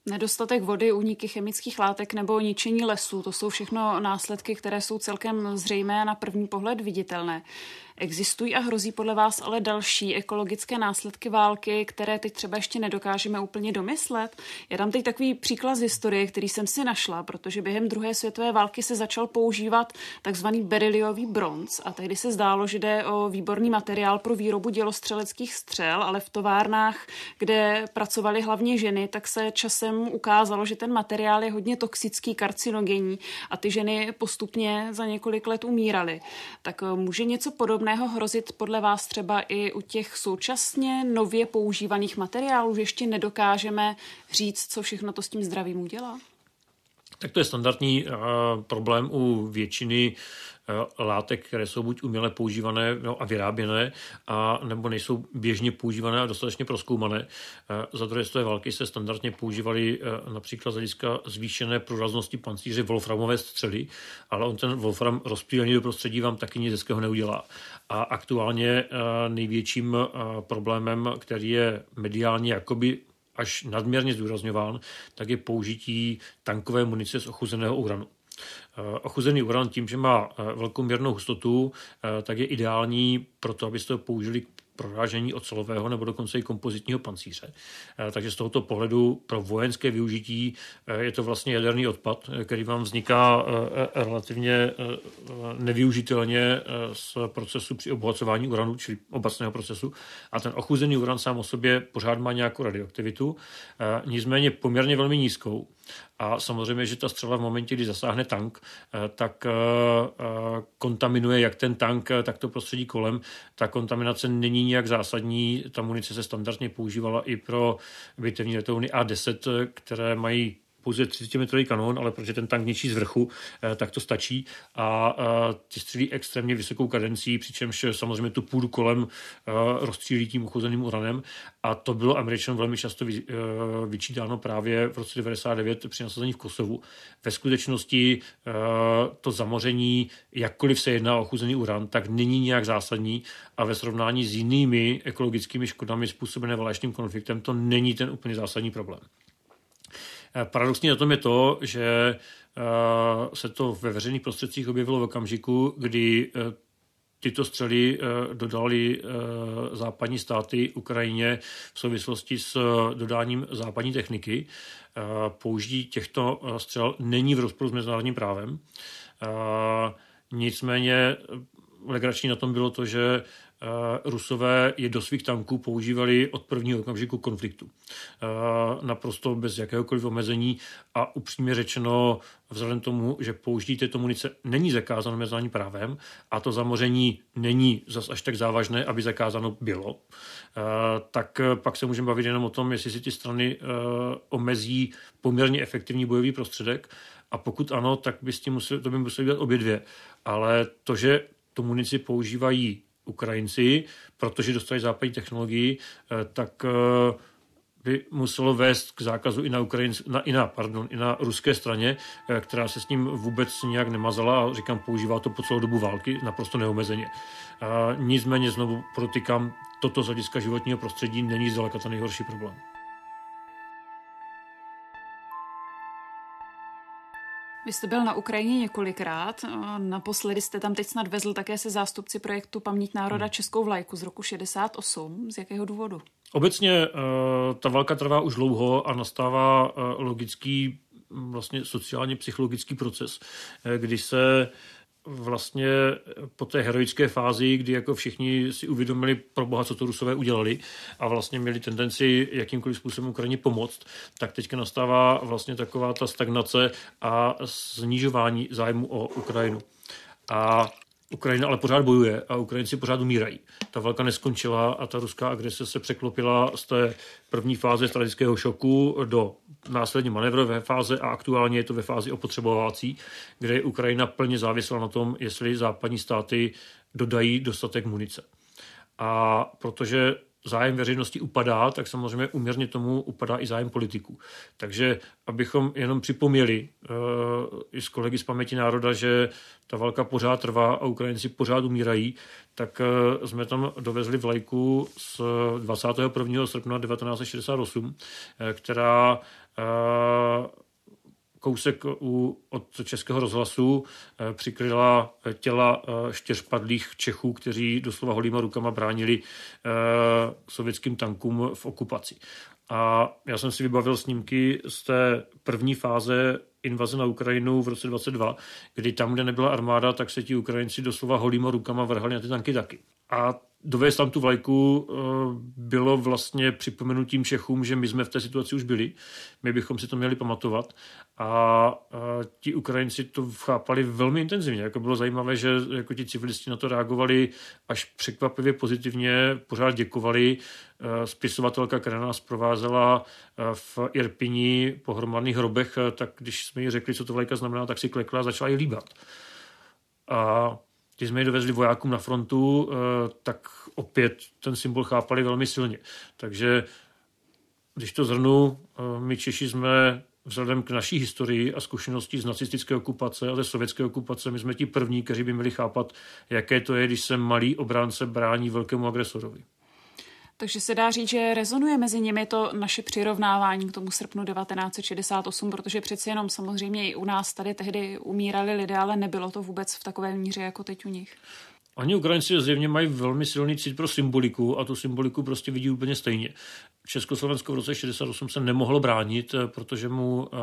Nedostatek vody, úniky chemických látek nebo ničení lesů, to jsou všechno následky, které jsou celkem zřejmé a na první pohled viditelné. Existují a hrozí podle vás ale další ekologické následky války, které teď třeba ještě nedokážeme úplně domyslet? Já dám teď takový příklad z historie, který jsem si našla, protože během druhé světové války se začal používat takzvaný beryliový bronz a tehdy se zdálo, že jde o výborný materiál pro výrobu dělostřeleckých střel, ale v továrnách, kde pracovaly hlavně ženy, tak se časem ukázalo, že ten materiál je hodně toxický, karcinogenní a ty ženy postupně za několik let umíraly. Tak může něco podobného hrozit podle vás třeba i u těch současně nově používaných materiálů, že ještě nedokážeme říct, co všechno to s tím zdravím udělá? Tak to je standardní uh, problém u většiny uh, látek, které jsou buď uměle používané no, a vyráběné, a nebo nejsou běžně používané a dostatečně prozkoumané. Uh, za druhé světové války se standardně používaly uh, například z hlediska zvýšené průraznosti pancíře wolframové střely, ale on ten wolfram rozptýlený do prostředí vám taky nic hezkého neudělá. A aktuálně uh, největším uh, problémem, který je mediálně jakoby až nadměrně zdůrazňován, tak je použití tankové munice z ochuzeného uranu. Ochuzený uran tím, že má velkou měrnou hustotu, tak je ideální pro to, abyste ho použili k prorážení ocelového nebo dokonce i kompozitního pancíře. Takže z tohoto pohledu pro vojenské využití je to vlastně jaderný odpad, který vám vzniká relativně nevyužitelně z procesu při obohacování uranu, čili obecného procesu. A ten ochuzený uran sám o sobě pořád má nějakou radioaktivitu, nicméně poměrně velmi nízkou. A samozřejmě, že ta střela v momentě, kdy zasáhne tank, tak kontaminuje jak ten tank, tak to prostředí kolem. Ta kontaminace není nijak zásadní. Ta munice se standardně používala i pro bitevní letouny A deset, které mají pouze třicetimetrový kanón, ale protože ten tank ničí z vrchu, tak to stačí. A ty střílí extrémně vysokou kadencí, přičemž samozřejmě tu půdu kolem rozstřílí tím ochuzeným uranem. A to bylo Američanům velmi často vyčítáno právě v roce devadesát devět při nasazení v Kosovu. Ve skutečnosti to zamoření, jakkoliv se jedná o ochuzený uran, tak není nějak zásadní a ve srovnání s jinými ekologickými škodami způsobené válečným konfliktem to není ten úplně zásadní problém. Paradoxní na tom je to, že se to ve veřejných prostředcích objevilo v okamžiku, kdy tyto střely dodaly západní státy Ukrajině v souvislosti s dodáním západní techniky. Použití těchto střel není v rozporu s mezinárodním právem. Nicméně legrační na tom bylo to, že Rusové je do svých tanků používali od prvního okamžiku konfliktu. Naprosto bez jakéhokoliv omezení a upřímně řečeno, vzhledem tomu, že použití této munice není zakázáno mezinárodním právem a to zamoření není zas až tak závažné, aby zakázáno bylo, tak pak se můžeme bavit jenom o tom, jestli si ty strany omezí poměrně efektivní bojový prostředek a pokud ano, tak by s tím museli, to by museli dělat obě dvě. Ale to, že tu munici používají Ukrajinci, protože dostali západní technologii, tak by muselo vést k zákazu i na, Ukrajinc, na, i na, pardon, i na ruské straně, která se s ním vůbec nijak nemazala a říkám, používá to po celou dobu války naprosto neomezeně. A nicméně znovu protykám, toto z hlediska životního prostředí není zdaleka ten nejhorší problém. Vy jste byl na Ukrajině několikrát. Naposledy jste tam teď snad vezl také se zástupci projektu Paměť národa hmm. Českou vlajku z roku šedesát osm. Z jakého důvodu? Obecně ta válka trvá už dlouho a nastává logický, vlastně sociálně psychologický proces, kdy se vlastně po té heroické fázi, kdy jako všichni si uvědomili pro boha, co to Rusové udělali a vlastně měli tendenci jakýmkoliv způsobem Ukrajině pomoct, tak teďka nastává vlastně taková ta stagnace a snižování zájmu o Ukrajinu. A Ukrajina ale pořád bojuje a Ukrajinci pořád umírají. Ta válka neskončila a ta ruská agrese se překlopila z té první fáze strategického šoku do následně manévrové fáze a aktuálně je to ve fázi opotřebovací, kde je Ukrajina plně závislá na tom, jestli západní státy dodají dostatek munice. A protože zájem veřejnosti upadá, tak samozřejmě úměrně tomu upadá i zájem politiků. Takže abychom jenom připomněli uh, i s kolegy z Paměti národa, že ta válka pořád trvá a Ukrajinci pořád umírají, tak uh, jsme tam dovezli vlajku z dvacátého prvního srpna devatenáct set šedesát osm, uh, která kousek u, od Českého rozhlasu přikryla těla čtyř padlých Čechů, kteří doslova holýma rukama bránili sovětským tankům v okupaci. A já jsem si vybavil snímky z té první fáze invaze na Ukrajinu v roce dvacet dva, kdy tam, kde nebyla armáda, tak se ti Ukrajinci doslova holýma rukama vrhali na ty tanky taky. A dovést tam tu vlajku bylo vlastně připomenutím Čechům, že my jsme v té situaci už byli. My bychom si to měli pamatovat. A ti Ukrajinci to chápali velmi intenzivně. Jako bylo zajímavé, že jako ti civilisti na to reagovali až překvapivě pozitivně, pořád děkovali. Spisovatelka, která nás provázela v Irpini po hromadných hrobech, tak když jsme jí řekli, co to vlajka znamená, tak si klekla a začala jí líbat. A když jsme ji dovezli vojákům na frontu, tak opět ten symbol chápali velmi silně. Takže když to zhrnu, my Češi jsme vzhledem k naší historii a zkušenosti z nacistické okupace a ze sovětské okupace, my jsme ti první, kteří by měli chápat, jaké to je, když se malý obránce brání velkému agresorovi. Takže se dá říct, že rezonuje mezi nimi to naše přirovnávání k tomu srpnu devatenáct set šedesát osm, protože přeci jenom samozřejmě i u nás tady tehdy umírali lidé, ale nebylo to vůbec v takové míře jako teď u nich. Oni Ukrajinci zjevně mají velmi silný cit pro symboliku a tu symboliku prostě vidí úplně stejně. Československo v roce šedesát osm se nemohlo bránit, protože mu uh,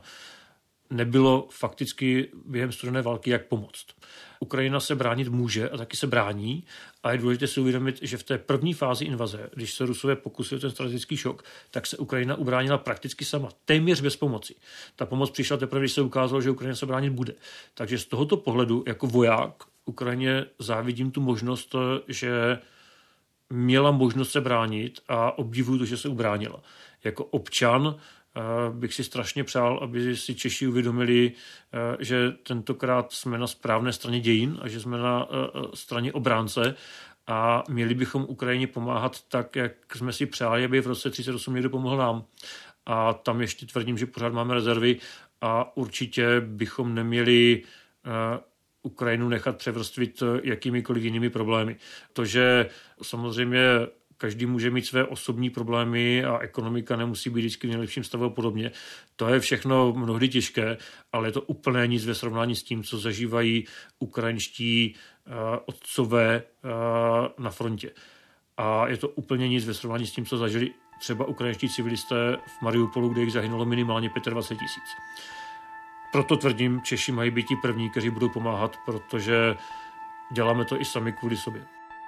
nebylo fakticky během studené války jak pomoct. Ukrajina se bránit může a taky se brání a je důležité si uvědomit, že v té první fázi invaze, když se Rusové pokusili ten strategický šok, tak se Ukrajina ubránila prakticky sama, téměř bez pomoci. Ta pomoc přišla teprve, když se ukázalo, že Ukrajina se bránit bude. Takže z tohoto pohledu jako voják Ukrajině závidím tu možnost, že měla možnost se bránit a obdivuju to, že se ubránila. Jako občan bych si strašně přál, aby si Češi uvědomili, že tentokrát jsme na správné straně dějin a že jsme na straně obránce a měli bychom Ukrajině pomáhat tak, jak jsme si přáli, aby v roce třicet osm někdo pomohl nám. A tam ještě tvrdím, že pořád máme rezervy a určitě bychom neměli Ukrajinu nechat převrstvit jakýmikoliv jinými problémy. To, že samozřejmě každý může mít své osobní problémy a ekonomika nemusí být vždycky v nejlepším stavu a podobně. To je všechno mnohdy těžké, ale je to úplně nic ve srovnání s tím, co zažívají ukrajinští uh, otcové uh, na frontě. A je to úplně nic ve srovnání s tím, co zažili třeba ukrajinští civilisté v Mariupolu, kde jich zahynulo minimálně dvacet pět tisíc. Proto tvrdím, Češi mají být ti první, kteří budou pomáhat, protože děláme to i sami kvůli sobě.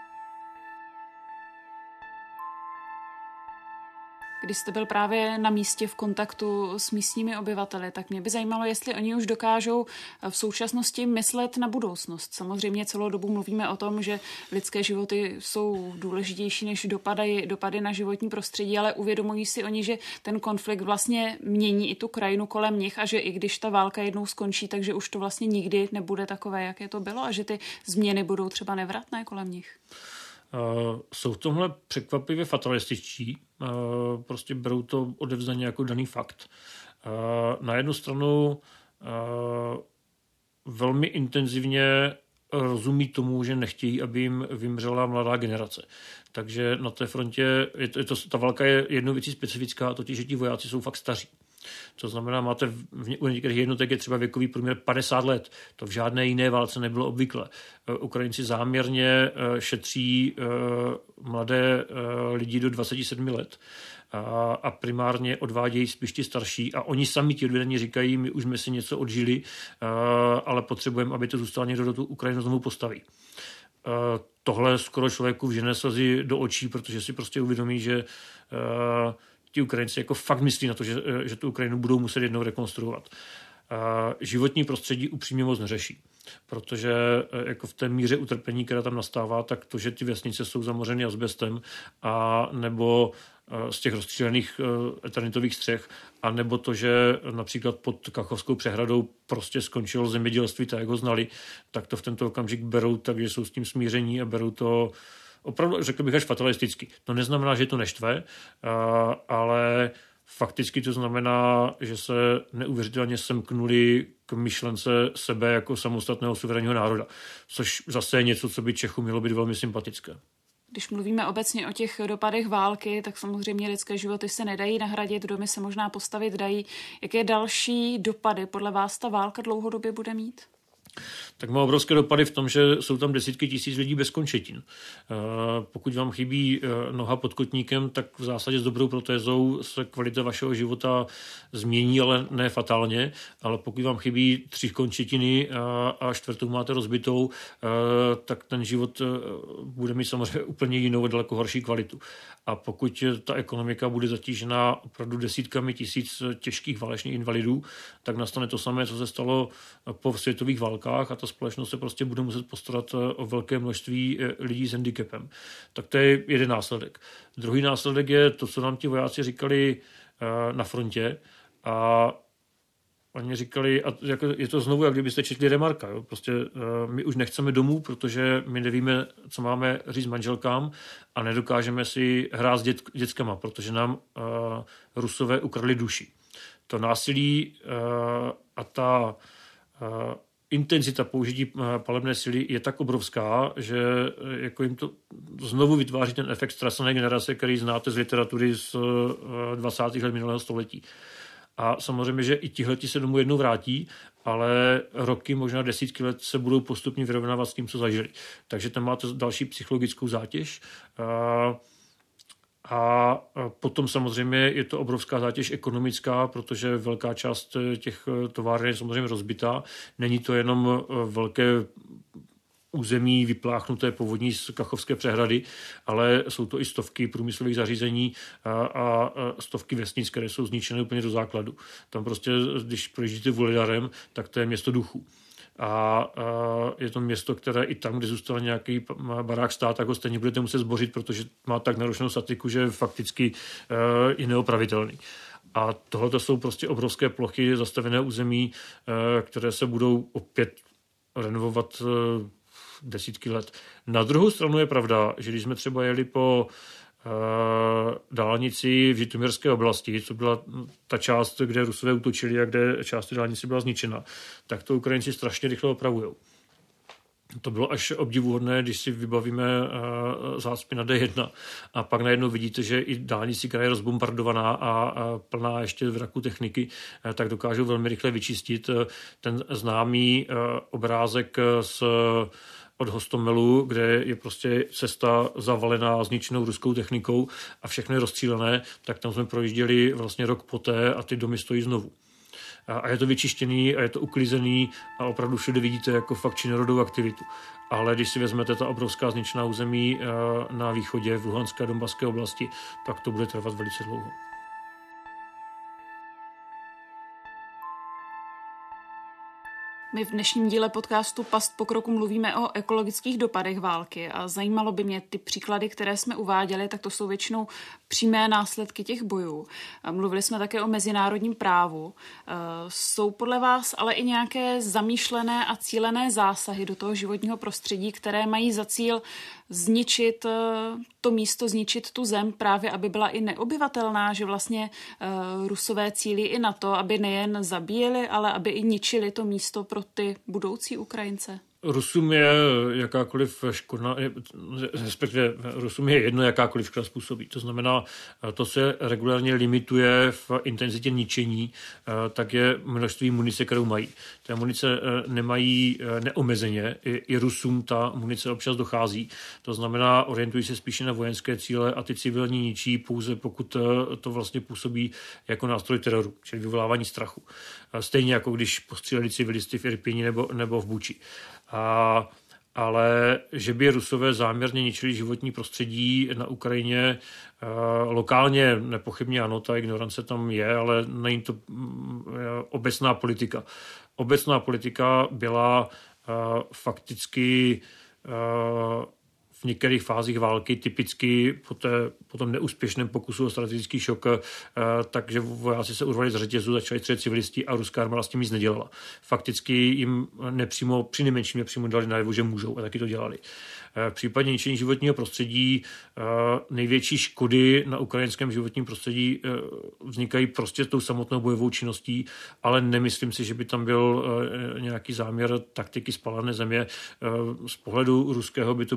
Když jste byl právě na místě v kontaktu s místními obyvateli, tak mě by zajímalo, jestli oni už dokážou v současnosti myslet na budoucnost. Samozřejmě celou dobu mluvíme o tom, že lidské životy jsou důležitější než dopady, dopady na životní prostředí, ale uvědomují si oni, že ten konflikt vlastně mění i tu krajinu kolem nich a že i když ta válka jednou skončí, takže už to vlastně nikdy nebude takové, jaké to bylo a že ty změny budou třeba nevratné kolem nich. Uh, jsou v tomhle překvapivě fatalističtí, uh, prostě berou to odevzdaně jako daný fakt. Uh, na jednu stranu uh, velmi intenzivně rozumí tomu, že nechtějí, aby jim vymřela mladá generace. Takže na té frontě, je to, je to, ta válka je jednou věcí specifická, totiž, že ti vojáci jsou fakt staří. To znamená, máte v, u některých jednotek je třeba věkový průměr padesát let. To v žádné jiné válce nebylo obvykle. Ukrajinci záměrně šetří mladé lidi do dvacet sedm let a primárně odvádějí spíš ti starší a oni sami ti odvedení říkají, my už jsme si něco odžili, ale potřebujeme, aby to zůstalo někdo, do tu Ukrajinu znovu postaví. Tohle skoro člověku vžene slzy do očí, protože si prostě uvědomí, že ti Ukrajinci jako fakt myslí na to, že, že tu Ukrajinu budou muset jednou rekonstruovat. Životní prostředí upřímně moc neřeší, protože jako v té míře utrpení, která tam nastává, tak to, že ty vesnice jsou zamořeny azbestem a nebo z těch rozstřílených eternitových střech, a nebo to, že například pod Kachovskou přehradou prostě skončilo zemědělství, tak jak ho znali, tak to v tento okamžik berou tak, že jsou s tím smíření a berou to opravdu, řekl bych, až fatalisticky. To neznamená, že to neštve, ale fakticky to znamená, že se neuvěřitelně semknuli k myšlence sebe jako samostatného suverénního národa, což zase je něco, co by Čechům mělo být velmi sympatické. Když mluvíme obecně o těch dopadech války, tak samozřejmě lidské životy se nedají nahradit, domy se možná postavit dají. Jaké další dopady podle vás ta válka dlouhodobě bude mít? Tak má obrovské dopady v tom, že jsou tam desítky tisíc lidí bez končetin. Pokud vám chybí noha pod kotníkem, tak v zásadě s dobrou protézou se kvalita vašeho života změní, ale ne fatálně. Ale pokud vám chybí tři končetiny a čtvrtou máte rozbitou, tak ten život bude mít samozřejmě úplně jinou, daleko horší kvalitu. A pokud ta ekonomika bude zatížena opravdu desítkami tisíc těžkých válečných invalidů, tak nastane to samé, co se stalo po světových válkách a ta společnost se prostě bude muset postarat o velké množství lidí s handicapem. Tak to je jeden následek. Druhý následek je to, co nám ti vojáci říkali na frontě a oni říkali, a je to znovu, jak kdybyste četli Remarka, jo? Prostě my už nechceme domů, protože my nevíme, co máme říct manželkám a nedokážeme si hrát s dět, dětskama, protože nám uh, Rusové ukradli duši. To násilí uh, a ta uh, intenzita použití palebné síly je tak obrovská, že jako jim to znovu vytváří ten efekt ztracené generace, který znáte z literatury z dvacátých let minulého století. A samozřejmě, že i tihleti se domů jednou vrátí, ale roky, možná desítky let se budou postupně vyrovnávat s tím, co zažili. Takže tam máte další psychologickou zátěž. A potom samozřejmě je to obrovská zátěž ekonomická, protože velká část těch továren je samozřejmě rozbitá. Není to jenom velké území vypláchnuté povodní z Kachovské přehrady, ale jsou to i stovky průmyslových zařízení a, a stovky vesnic, které jsou zničené úplně do základu. Tam prostě, když projíždíte Vuhledarem, tak to je město duchů. A, a je to město, které i tam, kde zůstal nějaký barák stát, tak ho stejně budete muset zbořit, protože má tak narušenou statiku, že fakticky uh, je neopravitelný. A tohle jsou prostě obrovské plochy zastavené území, uh, které se budou opět renovovat uh, desítky let. Na druhou stranu je pravda, že když jsme třeba jeli po uh, dálnici v Žitoměrské oblasti, co byla ta část, kde Rusové útočili a kde část dálnice byla zničena, tak to Ukrajinci strašně rychle opravujou. To bylo až obdivuhodné, když si vybavíme uh, zácpy na D jedna a pak najednou vidíte, že i dálnici, která je rozbombardovaná a, a plná ještě vraku techniky, uh, tak dokážou velmi rychle vyčistit uh, ten známý uh, obrázek z od Hostomelu, kde je prostě cesta zavalená zničenou ruskou technikou a všechno je rozstřílené, tak tam jsme projížděli vlastně rok poté a ty domy stojí znovu. A je to vyčištěný a je to uklizený a opravdu všude vidíte jako fakt činorodou aktivitu. Ale když si vezmete ta obrovská zničená území na východě v Luhanské a Donbaské oblasti, tak to bude trvat velice dlouho. My v dnešním díle podcastu Past pokroku mluvíme o ekologických dopadech války a zajímalo by mě ty příklady, které jsme uváděli, tak to jsou většinou přímé následky těch bojů. Mluvili jsme také o mezinárodním právu. Jsou podle vás ale i nějaké zamýšlené a cílené zásahy do toho životního prostředí, které mají za cíl zničit to místo, zničit tu zem, právě aby byla i neobyvatelná, že vlastně Rusové cílí i na to, aby nejen zabíjeli, ale aby i ničili to místo pro ty budoucí Ukrajince? Rusům je jakákoliv škoda, respektive Rusům je jedno, jakákoliv škoda způsobí. To znamená, to se regulárně limituje v intenzitě ničení, tak je množství munice, kterou mají. Té munice nemají neomezeně, i, i Rusům ta munice občas dochází. To znamená, orientují se spíše na vojenské cíle a ty civilní ničí pouze, pokud to vlastně působí jako nástroj teroru, čili vyvolávání strachu. Stejně jako když postříleli civilisty v Irpini nebo, nebo v Buči. A, ale že by Rusové záměrně ničili životní prostředí na Ukrajině, e, lokálně nepochybně ano, ta ignorance tam je, ale není to e, obecná politika. Obecná politika byla e, fakticky e, v některých fázích války, typicky po, té, po tom neúspěšném pokusu o strategický šok, eh, takže vojáci se urvali z řetězu, začali střelit civilisti a ruská armáda s tím nic nedělala. Fakticky jim nepřímo, při nejmenším nepřímo dali najevo, že můžou a taky to dělali. V případě ničení životního prostředí největší škody na ukrajinském životním prostředí vznikají prostě tou samotnou bojovou činností, ale nemyslím si, že by tam byl nějaký záměr taktiky spálené země. Z pohledu ruského by to bylo plýtvání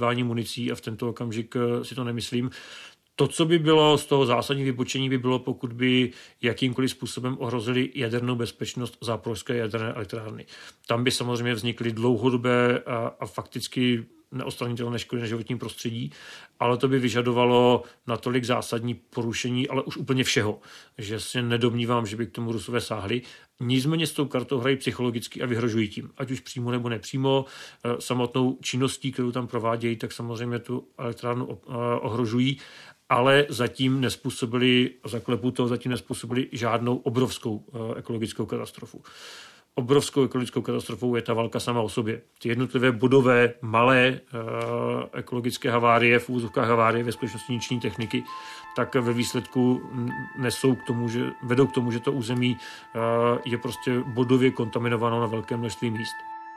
plýtvání municí a v tento okamžik si to nemyslím. To, co by bylo z toho zásadní vybočení, by bylo, pokud by jakýmkoliv způsobem ohrozili jadernou bezpečnost záporožské jaderné elektrárny. Tam by samozřejmě vznikly dlouhodobé a, a fakticky neodstranitelné škody na životním prostředí, ale to by vyžadovalo natolik zásadní porušení, ale už úplně všeho, že se nedomnívám, že by k tomu Rusové sáhli. Nicméně s tou kartou hrají psychologicky a vyhrožují tím, ať už přímo nebo nepřímo, samotnou činností, kterou tam provádějí, tak samozřejmě tu elektrárnu ohrožují, ale zatím nespůsobili, zaklepu to, zatím nespůsobili žádnou obrovskou ekologickou katastrofu. Obrovskou ekologickou katastrofou je ta válka sama o sobě. Ty jednotlivé bodové, malé uh, ekologické havárie, v úzovkách havárie ve společnosti ničení techniky, tak ve výsledku nesou k tomu, že vedou k tomu, že to území uh, je prostě bodově kontaminováno na velké množství míst.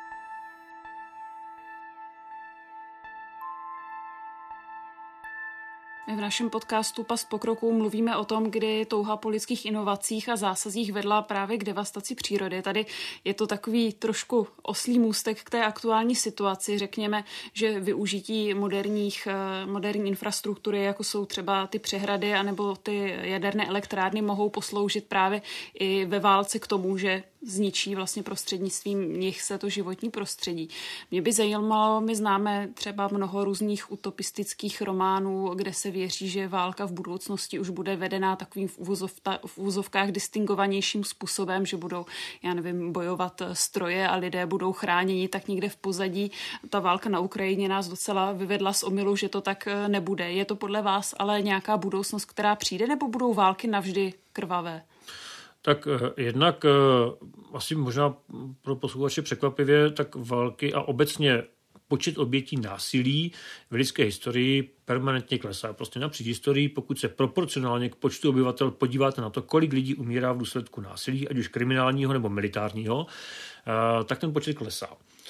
My v našem podcastu Past pokroku mluvíme o tom, kdy touha po lidských inovacích a zásazích vedla právě k devastaci přírody. Tady je to takový trošku oslí můstek k té aktuální situaci. Řekněme, že využití moderních, moderní infrastruktury, jako jsou třeba ty přehrady anebo ty jaderné elektrárny, mohou posloužit právě i ve válce k tomu, že zničí vlastně prostřednictvím nich se to životní prostředí. Mě by zajímalo, my známe třeba mnoho různých utopistických románů, kde se věří, že válka v budoucnosti už bude vedená takovým v, úzovta, v úzovkách distingovanějším způsobem, že budou, já nevím, bojovat stroje a lidé budou chráněni tak někde v pozadí. Ta válka na Ukrajině nás docela vyvedla z omylu, že to tak nebude. Je to podle vás ale nějaká budoucnost, která přijde, nebo budou války navždy krvavé? Tak jednak asi možná pro posluchače překvapivě, tak války a obecně počet obětí násilí v lidské historii permanentně klesá. Prostě napříč historií, pokud se proporcionálně k počtu obyvatel podíváte na to, kolik lidí umírá v důsledku násilí, ať už kriminálního nebo militárního, tak ten počet klesá.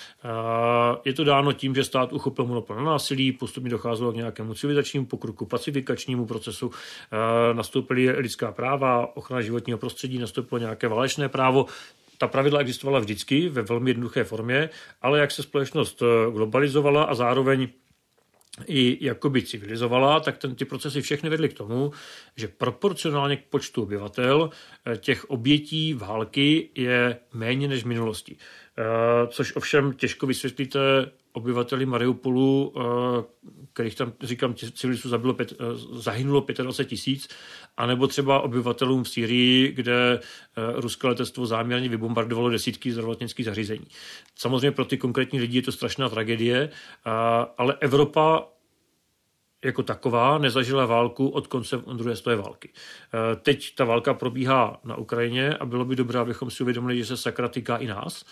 Je to dáno tím, že stát uchopil monopol na násilí, postupně docházelo k nějakému civilizačnímu pokroku, pacifikačnímu procesu, nastoupily lidská práva, ochrana životního prostředí, nastoupilo nějaké válečné právo. Ta pravidla existovala vždycky ve velmi jednoduché formě, ale jak se společnost globalizovala a zároveň i jakoby civilizovala, tak ten, ty procesy všechny vedly k tomu, že proporcionálně k počtu obyvatel těch obětí války je méně než v minulosti. Což ovšem těžko vysvětlíte obyvateli Mariupolu, kterých tam, říkám, civilistů zabilo pět, zahynulo dvacet pět tisíc, anebo třeba obyvatelům v Sýrii, kde ruské letectvo záměrně vybombardovalo desítky zdravotnických zařízení. Samozřejmě pro ty konkrétní lidi je to strašná tragédie, ale Evropa jako taková nezažila válku od konce druhé světové války. Teď ta válka probíhá na Ukrajině a bylo by dobré, abychom si uvědomili, že se sakra týká i nás,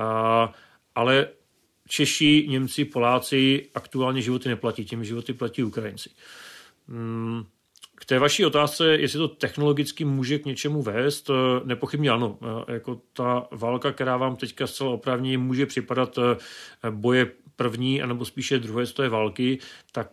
ale Češi, Němci, Poláci aktuálně životy neplatí, těmi životy platí Ukrajinci. K té vaší otázce, jestli to technologicky může k něčemu vést, nepochybně ano. Jako ta válka, která vám teďka zcela oprávněně může připadat boje první, anebo spíše druhé světové války, tak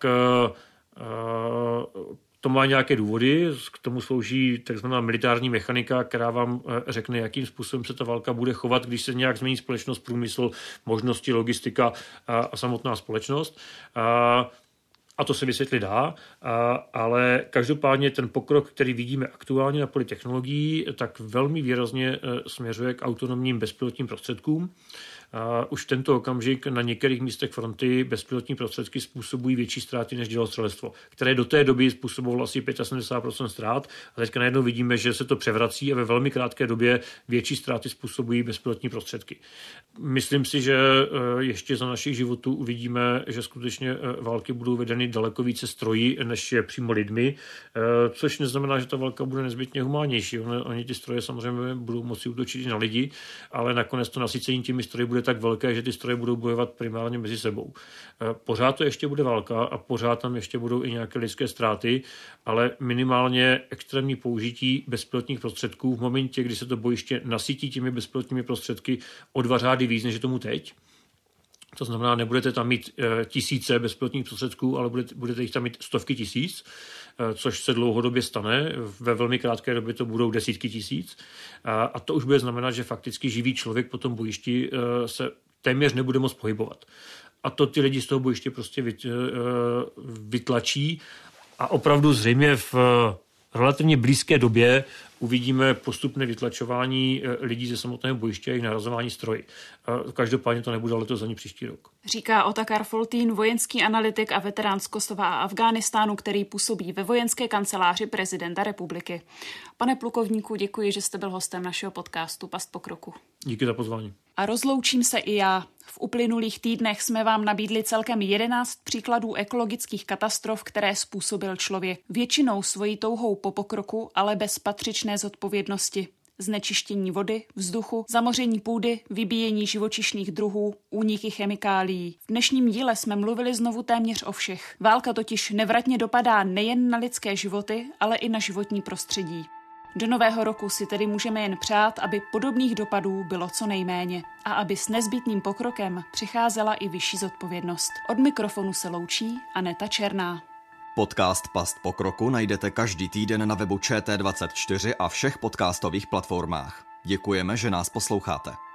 to má nějaké důvody, k tomu slouží takzvaná militární mechanika, která vám řekne, jakým způsobem se ta válka bude chovat, když se nějak změní společnost, průmysl, možnosti, logistika a, a samotná společnost. A, a to se vysvětlit dá, a, ale každopádně ten pokrok, který vidíme aktuálně na poli technologií, tak velmi výrazně směřuje k autonomním bezpilotním prostředkům. Uh, už v tento okamžik na některých místech fronty bezpilotní prostředky způsobují větší ztráty než dělostřelectvo, které do té doby způsobovalo asi sedmdesát pět procent ztrát a teďka najednou vidíme, že se to převrací a ve velmi krátké době větší ztráty způsobují bezpilotní prostředky. Myslím si, že uh, ještě za našich životů uvidíme, že skutečně uh, války budou vedeny daleko více stroji, než je přímo lidmi, uh, což neznamená, že ta válka bude nezbytně humánnější. Oni, oni ty stroje samozřejmě budou moci útočit i na lidi, ale nakonec to nasycení těmi stroji bude tak velké, že ty stroje budou bojovat primárně mezi sebou. Pořád to ještě bude válka a pořád tam ještě budou i nějaké lidské ztráty, ale minimálně extrémní použití bezpilotních prostředků v momentě, kdy se to bojiště nasytí těmi bezpilotními prostředky o dva řády víc, než je tomu teď. To znamená, nebudete tam mít tisíce bezpilotních prostředků, ale budete, budete jich tam mít stovky tisíc, což se dlouhodobě stane. Ve velmi krátké době to budou desítky tisíc. A to už bude znamenat, že fakticky živý člověk po tom bojišti se téměř nebude moct pohybovat. a to ty lidi z toho bojiště prostě vytlačí a opravdu zřejmě v relativně blízké době uvidíme postupné vytlačování lidí ze samotného bojiště a jejich narazování stroji. Každopádně to nebude letos ani příští rok. Říká Otakar Foltín, vojenský analytik a veterán z Kosova a Afghánistánu, který působí ve vojenské kanceláři prezidenta republiky. Pane plukovníku, děkuji, že jste byl hostem našeho podcastu Past pokroku. Díky za pozvání. A rozloučím se i já. V uplynulých týdnech jsme vám nabídli celkem jedenáct příkladů ekologických katastrof, které způsobil člověk. Většinou svojí touhou po pokroku, ale bez patřičné zodpovědnosti. Znečištění vody, vzduchu, zamoření půdy, vybíjení živočišných druhů, úniky chemikálií. V dnešním díle jsme mluvili znovu téměř o všech. Válka totiž nevratně dopadá nejen na lidské životy, ale i na životní prostředí. Do nového roku si tedy můžeme jen přát, aby podobných dopadů bylo co nejméně a aby s nezbytným pokrokem přicházela i vyšší zodpovědnost. Od mikrofonu se loučí Aneta Černá. Podcast Past pokroku najdete každý týden na webu Č T dvacet čtyři a všech podcastových platformách. Děkujeme, že nás posloucháte.